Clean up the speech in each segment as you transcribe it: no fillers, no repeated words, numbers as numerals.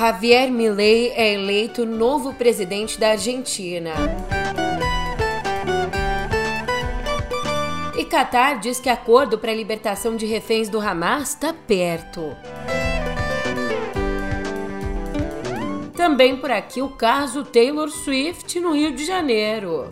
Javier Milei é eleito novo presidente da Argentina. E Catar diz que acordo para a libertação de reféns do Hamas está perto. Também por aqui o caso Taylor Swift no Rio de Janeiro.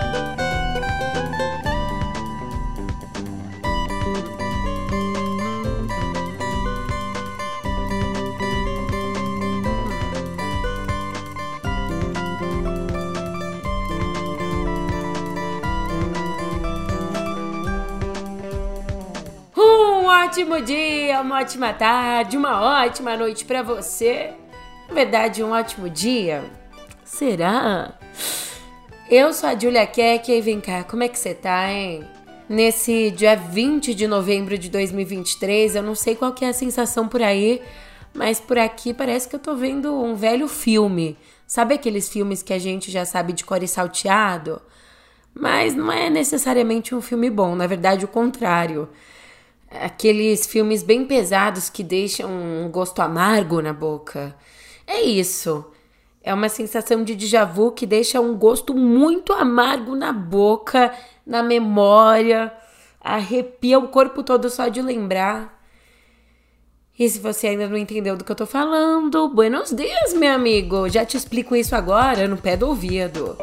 Um ótimo dia, uma ótima tarde, uma ótima noite para você. Na verdade, um ótimo dia. Será? Eu sou a Julia Keck e vem cá, como é que você tá, hein? Nesse dia 20 de novembro de 2023, eu não sei qual que é a sensação por aí, mas por aqui parece que eu tô vendo um velho filme. Sabe aqueles filmes que a gente já sabe de cor e salteado? Mas não é necessariamente um filme bom, na verdade o contrário. Aqueles filmes bem pesados que deixam um gosto amargo na boca. É isso. É uma sensação de déjà vu que deixa um gosto muito amargo na boca, na memória. Arrepia o corpo todo só de lembrar. E se você ainda não entendeu do que eu tô falando, buenos dias, meu amigo. Já te explico isso agora no pé do ouvido.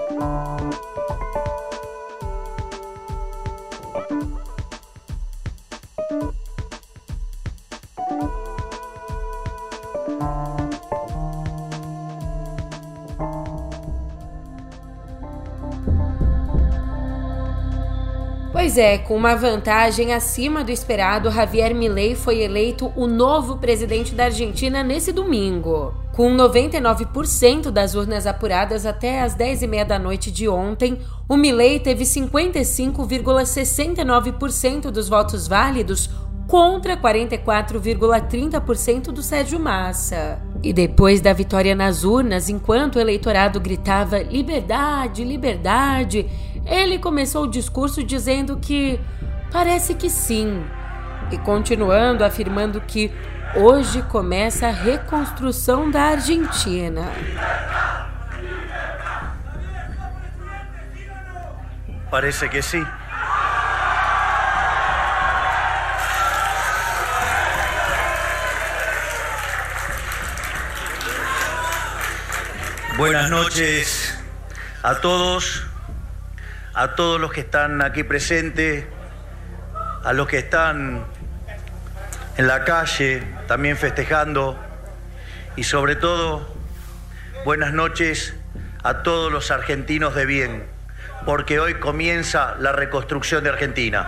Pois é, com uma vantagem acima do esperado, Javier Milei foi eleito o novo presidente da Argentina nesse domingo. Com 99% das urnas apuradas até as 10h30 da noite de ontem, o Milei teve 55,69% dos votos válidos contra 44,30% do Sérgio Massa. E depois da vitória nas urnas, enquanto o eleitorado gritava liberdade, liberdade, ele começou o discurso dizendo que parece que sim, e continuando afirmando que hoje começa a reconstrução da Argentina. Parece que sim. Buenas noches a todos los que están aquí presentes, a los que están en la calle también festejando y sobre todo buenas noches a todos los argentinos de bien, porque hoy comienza la reconstrucción de Argentina.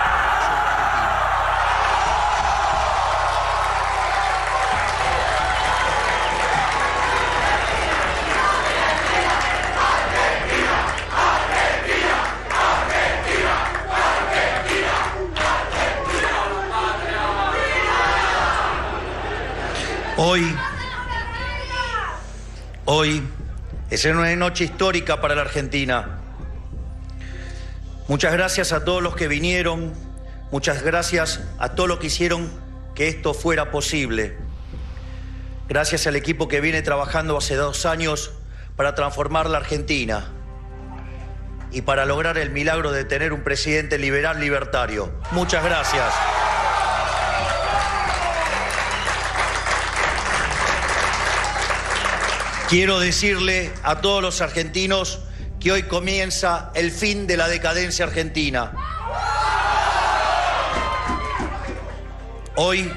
Hoy es una noche histórica para la Argentina. Muchas gracias a todos los que vinieron, muchas gracias a todos los que hicieron que esto fuera posible. Gracias al equipo que viene trabajando hace 2 años para transformar la Argentina y para lograr el milagro de tener un presidente liberal libertario. Muchas gracias. Quiero decirle a todos los argentinos que hoy comienza el fin de la decadencia argentina. Hoy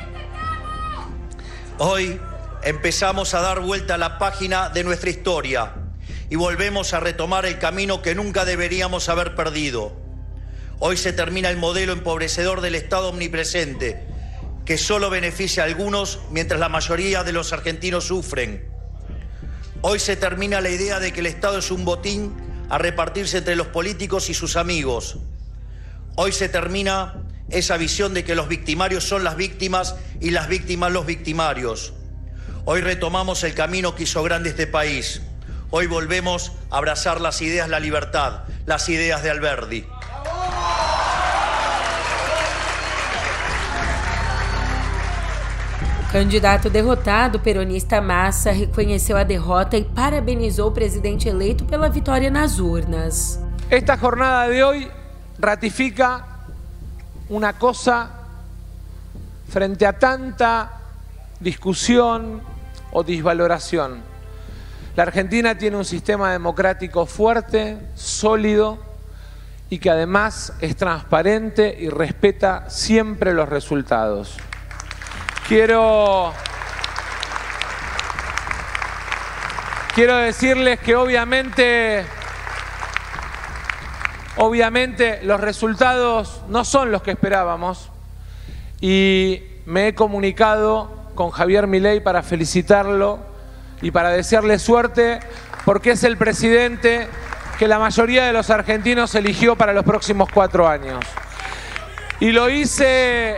empezamos a dar vuelta a la página de nuestra historia y volvemos a retomar el camino que nunca deberíamos haber perdido. Hoy se termina el modelo empobrecedor del Estado omnipresente, que solo beneficia a algunos mientras la mayoría de los argentinos sufren. Hoy se termina la idea de que el Estado es un botín a repartirse entre los políticos y sus amigos. Hoy se termina esa visión de que los victimarios son las víctimas y las víctimas los victimarios. Hoy retomamos el camino que hizo grande este país. Hoy volvemos a abrazar las ideas de la libertad, las ideas de Alberdi. Candidato derrotado, o peronista Massa reconheceu a derrota y parabenizó al presidente eleito pela vitória nas urnas. Esta jornada de hoy ratifica una cosa frente a tanta discusión o desvaloración. La Argentina tiene un sistema democrático fuerte, sólido y que además es transparente y respeta siempre los resultados. Quiero decirles que obviamente los resultados no son los que esperábamos y me he comunicado con Javier Milei para felicitarlo y para desearle suerte porque es el presidente que la mayoría de los argentinos eligió para los próximos 4 años. Y lo hice...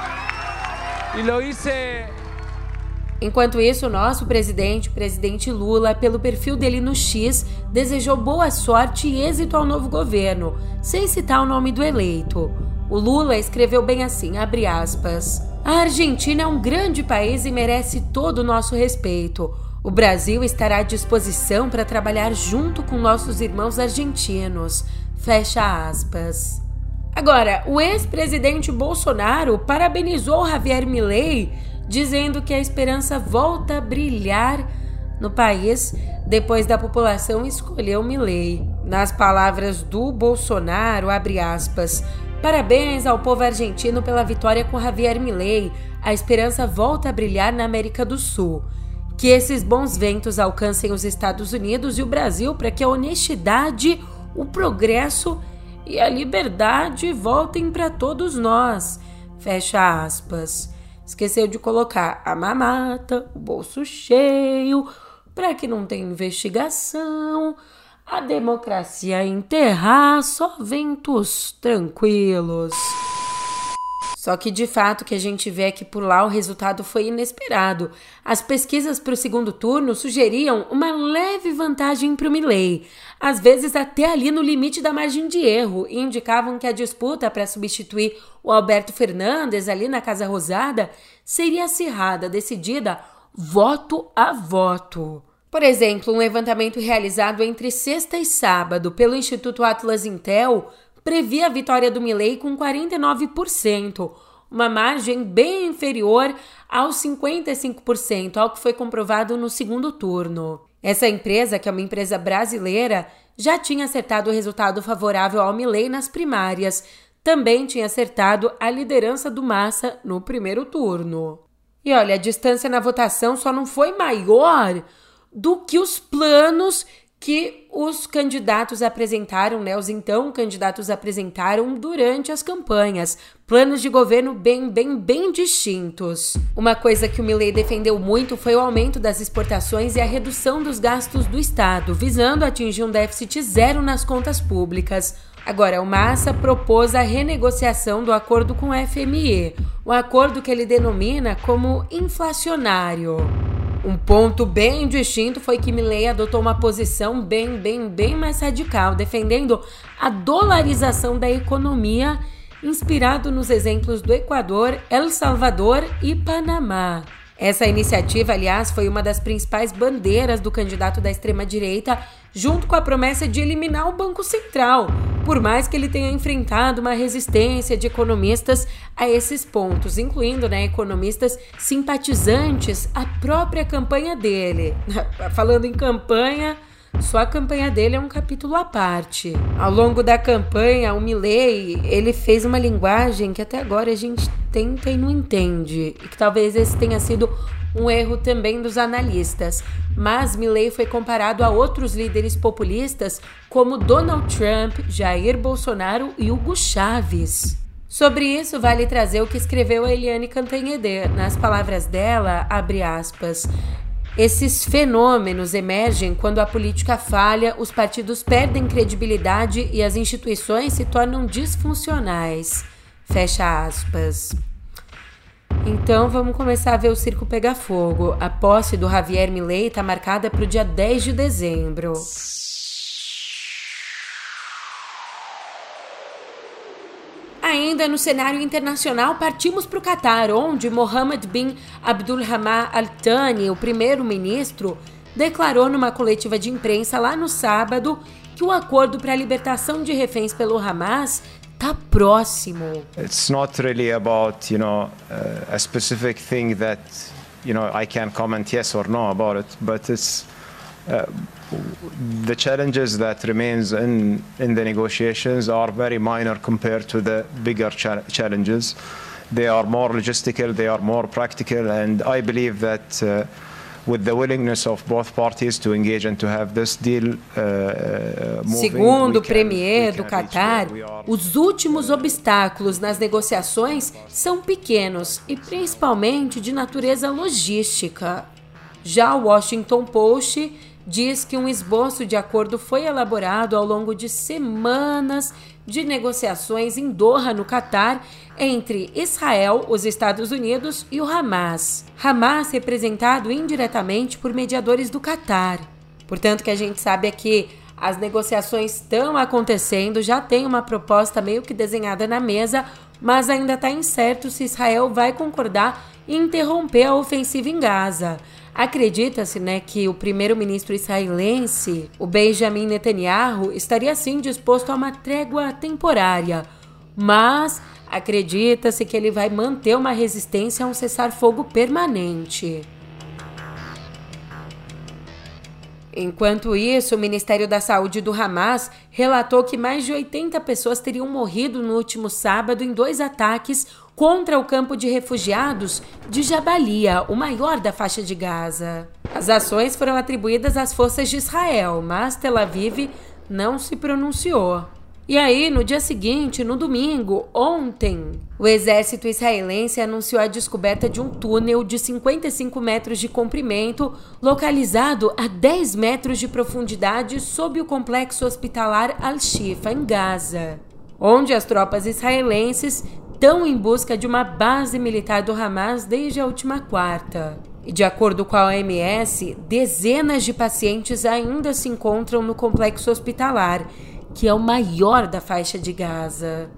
Enquanto isso, o nosso presidente, o presidente Lula, pelo perfil dele no X, desejou boa sorte e êxito ao novo governo, sem citar o nome do eleito. O Lula escreveu bem assim, abre aspas, a Argentina é um grande país e merece todo o nosso respeito. O Brasil estará à disposição para trabalhar junto com nossos irmãos argentinos. Fecha aspas. Agora, o ex-presidente Bolsonaro parabenizou Javier Milei, dizendo que a esperança volta a brilhar no país depois da população escolher o Milei. Nas palavras do Bolsonaro, abre aspas, parabéns ao povo argentino pela vitória com Javier Milei. A esperança volta a brilhar na América do Sul. Que esses bons ventos alcancem os Estados Unidos e o Brasil para que a honestidade, o progresso e a liberdade voltem para todos nós. Fecha aspas. Esqueceu de colocar a mamata, o bolso cheio, para que não tenha investigação, a democracia enterrar, só ventos tranquilos. Só que, de fato, o que a gente vê é que por lá o resultado foi inesperado. As pesquisas para o segundo turno sugeriam uma leve vantagem para o Milei, às vezes até ali no limite da margem de erro, e indicavam que a disputa para substituir o Alberto Fernandes ali na Casa Rosada seria acirrada, decidida voto a voto. Por exemplo, um levantamento realizado entre sexta e sábado pelo Instituto Atlas Intel previa a vitória do Milei com 49%, uma margem bem inferior aos 55%, ao que foi comprovado no segundo turno. Essa empresa, que é uma empresa brasileira, já tinha acertado o resultado favorável ao Milei nas primárias, também tinha acertado a liderança do Massa no primeiro turno. E olha, a distância na votação só não foi maior do que os planos que os candidatos apresentaram, né? Os então candidatos apresentaram durante as campanhas. Planos de governo bem distintos. Uma coisa que o Milei defendeu muito foi o aumento das exportações e a redução dos gastos do Estado, visando atingir um déficit zero nas contas públicas. Agora, o Massa propôs a renegociação do acordo com o FMI, um acordo que ele denomina como inflacionário. Um ponto bem distinto foi que Milei adotou uma posição bem mais radical, defendendo a dolarização da economia, inspirado nos exemplos do Equador, El Salvador e Panamá. Essa iniciativa, aliás, foi uma das principais bandeiras do candidato da extrema-direita, junto com a promessa de eliminar o Banco Central, por mais que ele tenha enfrentado uma resistência de economistas a esses pontos, incluindo, economistas simpatizantes à própria campanha dele. Falando em campanha, só a campanha dele é um capítulo à parte. Ao longo da campanha, o Milei, ele fez uma linguagem que até agora a gente tenta e não entende, e que talvez esse tenha sido um erro também dos analistas. Mas Milei foi comparado a outros líderes populistas como Donald Trump, Jair Bolsonaro e Hugo Chávez. Sobre isso, vale trazer o que escreveu a Eliane Cantanhede. Nas palavras dela, abre aspas, esses fenômenos emergem quando a política falha, os partidos perdem credibilidade e as instituições se tornam disfuncionais. Fecha aspas. Então vamos começar a ver o circo pegar fogo. A posse do Javier Milei está marcada para o dia 10 de dezembro. Ainda no cenário internacional, partimos para o Catar, onde Mohammed bin Abdulrahman Al Thani, o primeiro-ministro, declarou numa coletiva de imprensa lá no sábado que o acordo para a libertação de reféns pelo Hamas está próximo. It's not really about, a specific thing that, I can comment yes or no about it, but it's the challenges that remains in the negotiations are very minor compared to the bigger challenges. They are more logistical, they are more practical, and I believe that with the willingness of both parties to engage and to have this deal moving. Segundo o premier do Catar, os últimos obstáculos nas negociações são pequenos e principalmente de natureza logística. Já o Washington Post diz que um esboço de acordo foi elaborado ao longo de semanas de negociações em Doha, no Catar, entre Israel, os Estados Unidos e o Hamas. Hamas representado indiretamente por mediadores do Catar. Portanto, o que a gente sabe é que as negociações estão acontecendo, já tem uma proposta meio que desenhada na mesa, mas ainda está incerto se Israel vai concordar em interromper a ofensiva em Gaza. Acredita-se, que o primeiro-ministro israelense, o Benjamin Netanyahu, estaria sim disposto a uma trégua temporária, mas acredita-se que ele vai manter uma resistência a um cessar-fogo permanente. Enquanto isso, o Ministério da Saúde do Hamas relatou que mais de 80 pessoas teriam morrido no último sábado em 2 ataques contra o campo de refugiados de Jabalia, o maior da faixa de Gaza. As ações foram atribuídas às forças de Israel, mas Tel Aviv não se pronunciou. E aí, no dia seguinte, no domingo, ontem, o exército israelense anunciou a descoberta de um túnel de 55 metros de comprimento, localizado a 10 metros de profundidade sob o complexo hospitalar Al-Shifa, em Gaza, onde as tropas israelenses estão em busca de uma base militar do Hamas desde a última quarta. E de acordo com a OMS, dezenas de pacientes ainda se encontram no complexo hospitalar, que é o maior da faixa de Gaza.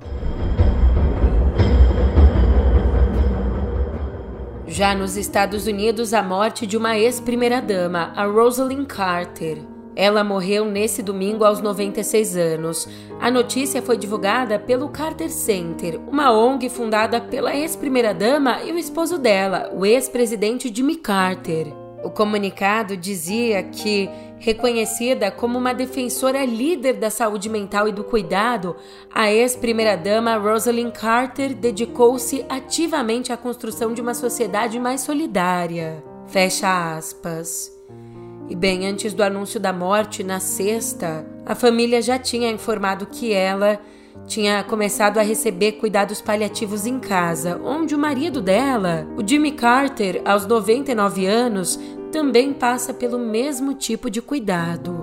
Já nos Estados Unidos, a morte de uma ex-primeira-dama, a Rosalynn Carter. Ela morreu nesse domingo aos 96 anos. A notícia foi divulgada pelo Carter Center, uma ONG fundada pela ex-primeira-dama e o esposo dela, o ex-presidente Jimmy Carter. O comunicado dizia que, reconhecida como uma defensora líder da saúde mental e do cuidado, a ex-primeira-dama Rosalynn Carter dedicou-se ativamente à construção de uma sociedade mais solidária. Fecha aspas. E bem, antes do anúncio da morte, na sexta, a família já tinha informado que ela tinha começado a receber cuidados paliativos em casa, onde o marido dela, o Jimmy Carter, aos 99 anos, também passa pelo mesmo tipo de cuidado.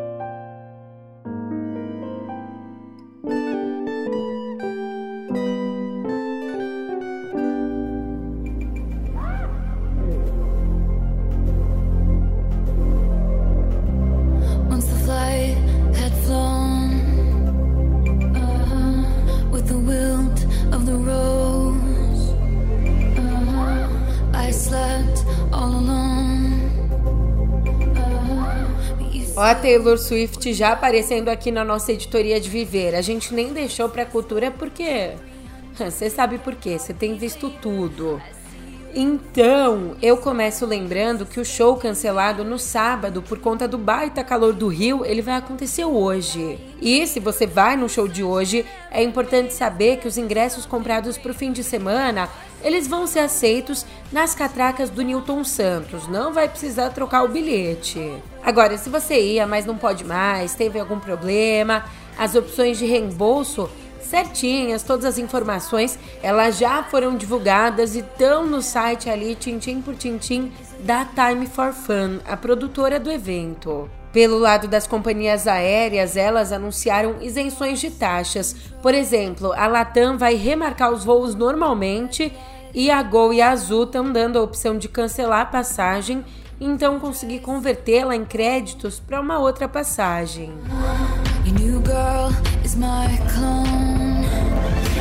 Ó, a Taylor Swift já aparecendo aqui na nossa editoria de Viver. A gente nem deixou pra cultura porque... Você sabe por quê, você tem visto tudo. Então, eu começo lembrando que o show cancelado no sábado por conta do baita calor do Rio, ele vai acontecer hoje. E se você vai no show de hoje, é importante saber que os ingressos comprados pro fim de semana, eles vão ser aceitos nas catracas do Newton Santos, não vai precisar trocar o bilhete. Agora, se você ia, mas não pode mais, teve algum problema, as opções de reembolso certinhas, todas as informações, elas já foram divulgadas e estão no site ali, tintim por tintim, da Time for Fun, a produtora do evento. Pelo lado das companhias aéreas, elas anunciaram isenções de taxas. Por exemplo, a Latam vai remarcar os voos normalmente e a Gol e a Azul estão dando a opção de cancelar a passagem, então conseguir convertê-la em créditos para uma outra passagem.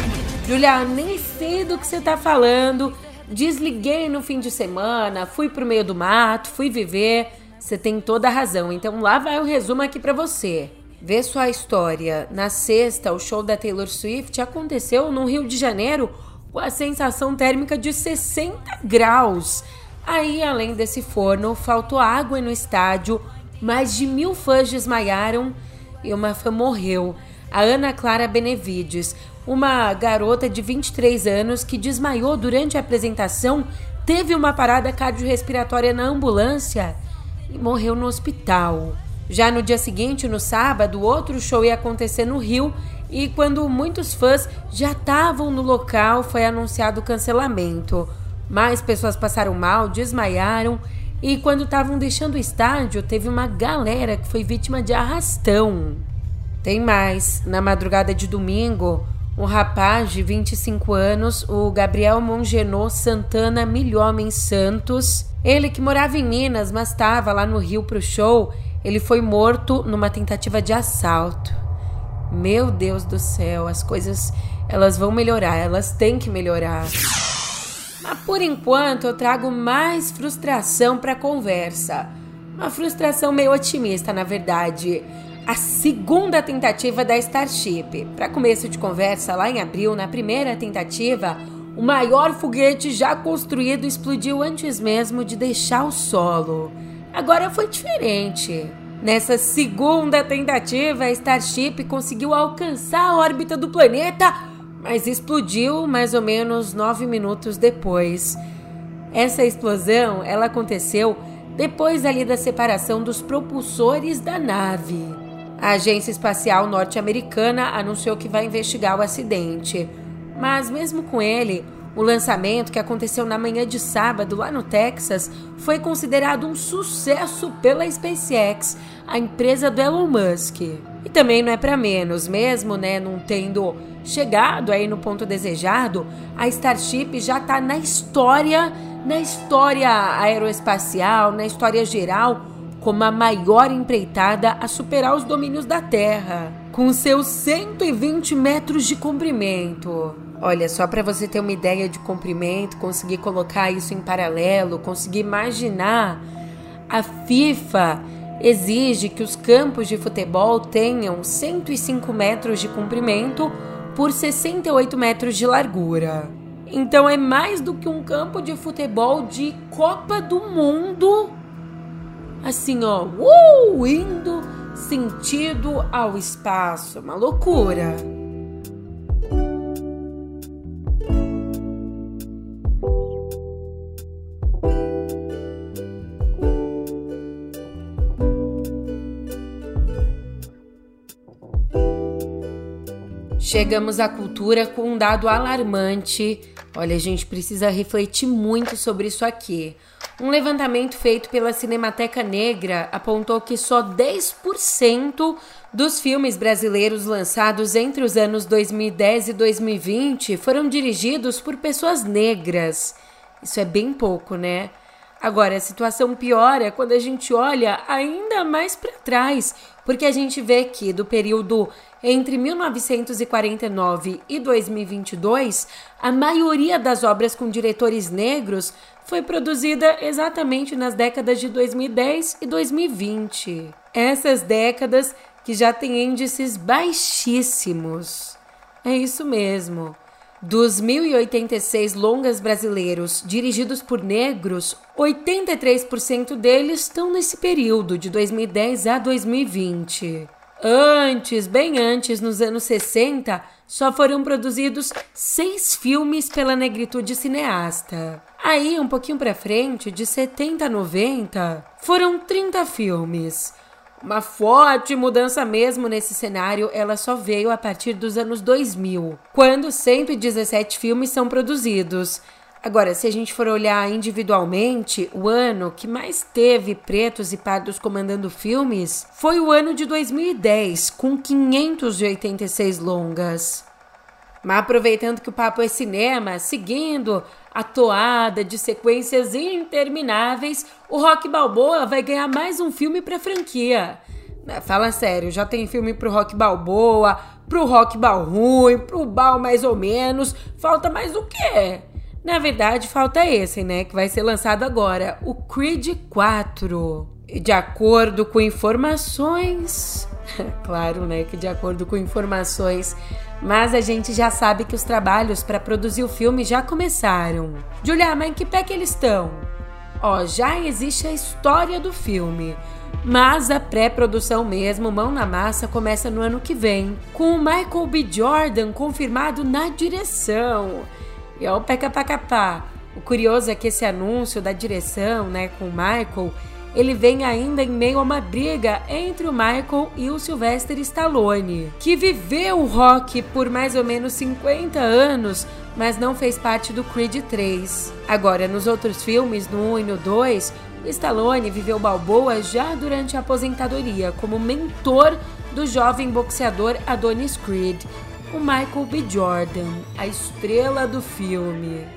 Julia, nem sei do que você tá falando. Desliguei no fim de semana, fui pro meio do mato, fui viver. Você tem toda a razão, então lá vai o resumo aqui pra você. Vê só a história. Na sexta, o show da Taylor Swift aconteceu no Rio de Janeiro com a sensação térmica de 60 graus. Aí, além desse forno, faltou água no estádio, mais de 1.000 fãs desmaiaram e uma fã morreu. A Ana Clara Benevides, uma garota de 23 anos que desmaiou durante a apresentação, teve uma parada cardiorrespiratória na ambulância e morreu no hospital. Já no dia seguinte, no sábado, outro show ia acontecer no Rio e quando muitos fãs já estavam no local, foi anunciado o cancelamento. Mais pessoas passaram mal, desmaiaram e quando estavam deixando o estádio, teve uma galera que foi vítima de arrastão. Tem mais. Na madrugada de domingo, um rapaz de 25 anos, o Gabriel Mongenô Santana Milhomem Santos, ele que morava em Minas, mas estava lá no Rio pro show, ele foi morto numa tentativa de assalto. Meu Deus do céu, as coisas, elas vão melhorar, elas têm que melhorar. Mas por enquanto eu trago mais frustração para a conversa. Uma frustração meio otimista, na verdade. A segunda tentativa da Starship. Para começo de conversa, lá em abril, na primeira tentativa, o maior foguete já construído explodiu antes mesmo de deixar o solo. Agora foi diferente. Nessa segunda tentativa, a Starship conseguiu alcançar a órbita do planeta, mas explodiu mais ou menos 9 minutos depois. Essa explosão, ela aconteceu depois ali da separação dos propulsores da nave. A Agência Espacial Norte-Americana anunciou que vai investigar o acidente. Mas mesmo com ele, o lançamento que aconteceu na manhã de sábado lá no Texas foi considerado um sucesso pela SpaceX, a empresa do Elon Musk. E também não é para menos, mesmo não tendo chegado aí no ponto desejado, a Starship já está na história aeroespacial, na história geral, como a maior empreitada a superar os domínios da Terra, com seus 120 metros de comprimento. Olha, só para você ter uma ideia de comprimento, conseguir colocar isso em paralelo, conseguir imaginar, a FIFA exige que os campos de futebol tenham 105 metros de comprimento por 68 metros de largura. Então é mais do que um campo de futebol de Copa do Mundo, assim indo sentido ao espaço, uma loucura. Chegamos à cultura com um dado alarmante. Olha, a gente precisa refletir muito sobre isso aqui. Um levantamento feito pela Cinemateca Negra apontou que só 10% dos filmes brasileiros lançados entre os anos 2010 e 2020 foram dirigidos por pessoas negras. Isso é bem pouco, né? Agora, a situação piora quando a gente olha ainda mais para trás, porque a gente vê que do período entre 1949 e 2022, a maioria das obras com diretores negros foi produzida exatamente nas décadas de 2010 e 2020. Essas décadas que já têm índices baixíssimos. É isso mesmo. Dos 1.086 longas brasileiros dirigidos por negros, 83% deles estão nesse período, de 2010 a 2020. Bem antes, nos anos 60, só foram produzidos 6 filmes pela negritude cineasta. Aí, um pouquinho pra frente, de 70 a 90, foram 30 filmes. Uma forte mudança mesmo nesse cenário, ela só veio a partir dos anos 2000, quando 117 filmes são produzidos. Agora, se a gente for olhar individualmente, o ano que mais teve pretos e pardos comandando filmes foi o ano de 2010, com 586 longas. Mas aproveitando que o papo é cinema, seguindo a toada de sequências intermináveis, o Rocky Balboa vai ganhar mais um filme pra franquia. Fala sério, já tem filme pro Rocky Balboa, pro Rock Ball ruim, pro Ball mais ou menos. Falta mais o quê? Na verdade, falta esse, né? Que vai ser lançado agora, o Creed 4. De acordo com informações... Claro, né? Que de acordo com informações... Mas a gente já sabe que os trabalhos para produzir o filme já começaram. Julia, mas em que pé que eles estão? Já existe a história do filme, mas a pré-produção mesmo, mão na massa, começa no ano que vem, com o Michael B. Jordan confirmado na direção. E ó, o pecapacapá. O curioso é que esse anúncio da direção, né, com o Michael, ele vem ainda em meio a uma briga entre o Michael e o Sylvester Stallone, que viveu o Rock por mais ou menos 50 anos, mas não fez parte do Creed 3. Agora, nos outros filmes, no 1 e no 2, o Stallone viveu Balboa já durante a aposentadoria, como mentor do jovem boxeador Adonis Creed, o Michael B. Jordan, a estrela do filme.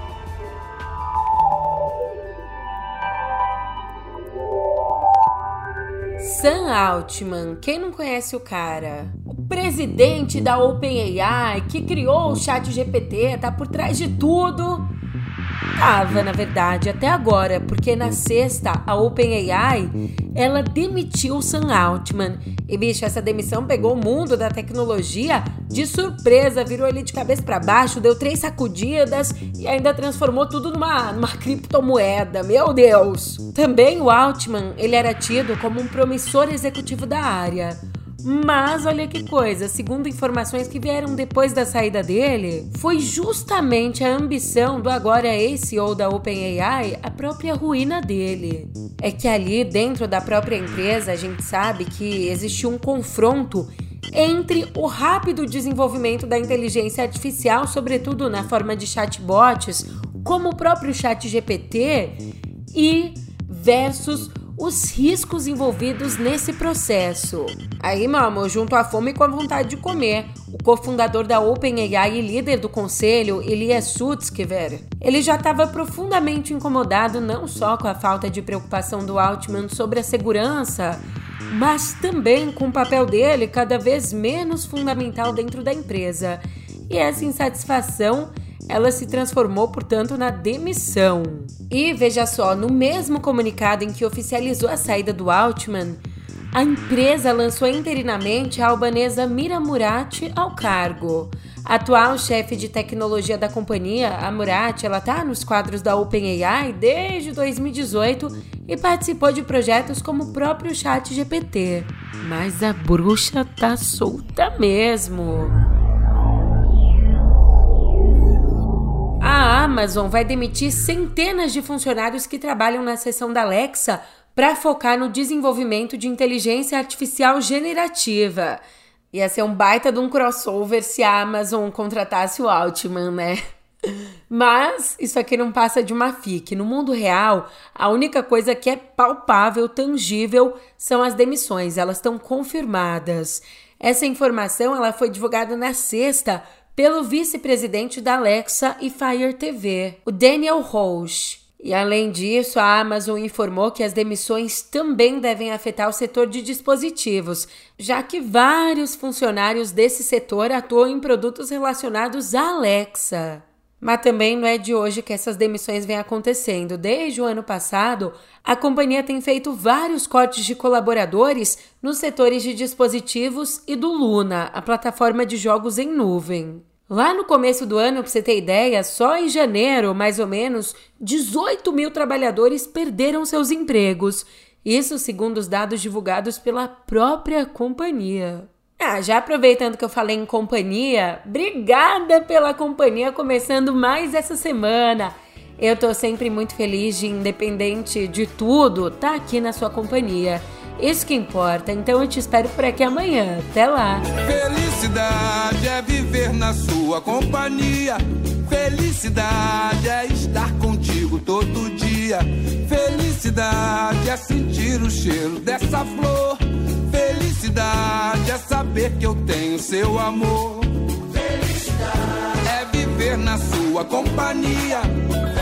Sam Altman, quem não conhece o cara? O presidente da OpenAI, que criou o ChatGPT, tá por trás de tudo. Tava, na verdade, até agora, porque na sexta, a OpenAI, ela demitiu o Sam Altman. E, bicho, essa demissão pegou o mundo da tecnologia de surpresa, virou ele de cabeça para baixo, deu 3 sacudidas e ainda transformou tudo numa criptomoeda. Meu Deus! Também o Altman, ele era tido como um promissor executivo da área. Mas olha que coisa, segundo informações que vieram depois da saída dele, foi justamente a ambição do agora ex-CEO da OpenAI a própria ruína dele. É que ali dentro da própria empresa a gente sabe que existiu um confronto entre o rápido desenvolvimento da inteligência artificial, sobretudo na forma de chatbots, como o próprio ChatGPT, e versus os riscos envolvidos nesse processo. Aí, meu amor, junto à fome com a vontade de comer, o cofundador da OpenAI e líder do conselho, Ilya Sutskever, ele já estava profundamente incomodado não só com a falta de preocupação do Altman sobre a segurança, mas também com o papel dele cada vez menos fundamental dentro da empresa. E essa insatisfação, ela se transformou, portanto, na demissão. E, veja só, no mesmo comunicado em que oficializou a saída do Altman, a empresa lançou interinamente a albanesa Mira Murati ao cargo. A atual chefe de tecnologia da companhia, a Murati, ela está nos quadros da OpenAI desde 2018 e participou de projetos como o próprio ChatGPT. Mas a bruxa tá solta mesmo. A Amazon vai demitir centenas de funcionários que trabalham na seção da Alexa para focar no desenvolvimento de inteligência artificial generativa. Ia ser um baita de um crossover se a Amazon contratasse o Altman, né? Mas isso aqui não passa de uma fic. No mundo real, a única coisa que é palpável, tangível, são as demissões. Elas estão confirmadas. Essa informação ela foi divulgada na sexta pelo vice-presidente da Alexa e Fire TV, o Daniel Roche. E além disso, a Amazon informou que as demissões também devem afetar o setor de dispositivos, já que vários funcionários desse setor atuam em produtos relacionados à Alexa. Mas também não é de hoje que essas demissões vêm acontecendo. Desde o ano passado, a companhia tem feito vários cortes de colaboradores nos setores de dispositivos e do Luna, a plataforma de jogos em nuvem. Lá no começo do ano, para você ter ideia, só em janeiro, mais ou menos, 18 mil trabalhadores perderam seus empregos. Isso segundo os dados divulgados pela própria companhia. Já aproveitando que eu falei em companhia, obrigada pela companhia começando mais essa semana. Eu tô sempre muito feliz de, independente de tudo, tá aqui na sua companhia. Isso que importa, então eu te espero por aqui amanhã. Até lá! Felicidade é viver na sua companhia. Felicidade é estar contigo todo dia. Felicidade é sentir o cheiro dessa flor. Felicidade é saber que eu tenho seu amor. Felicidade é viver na sua companhia.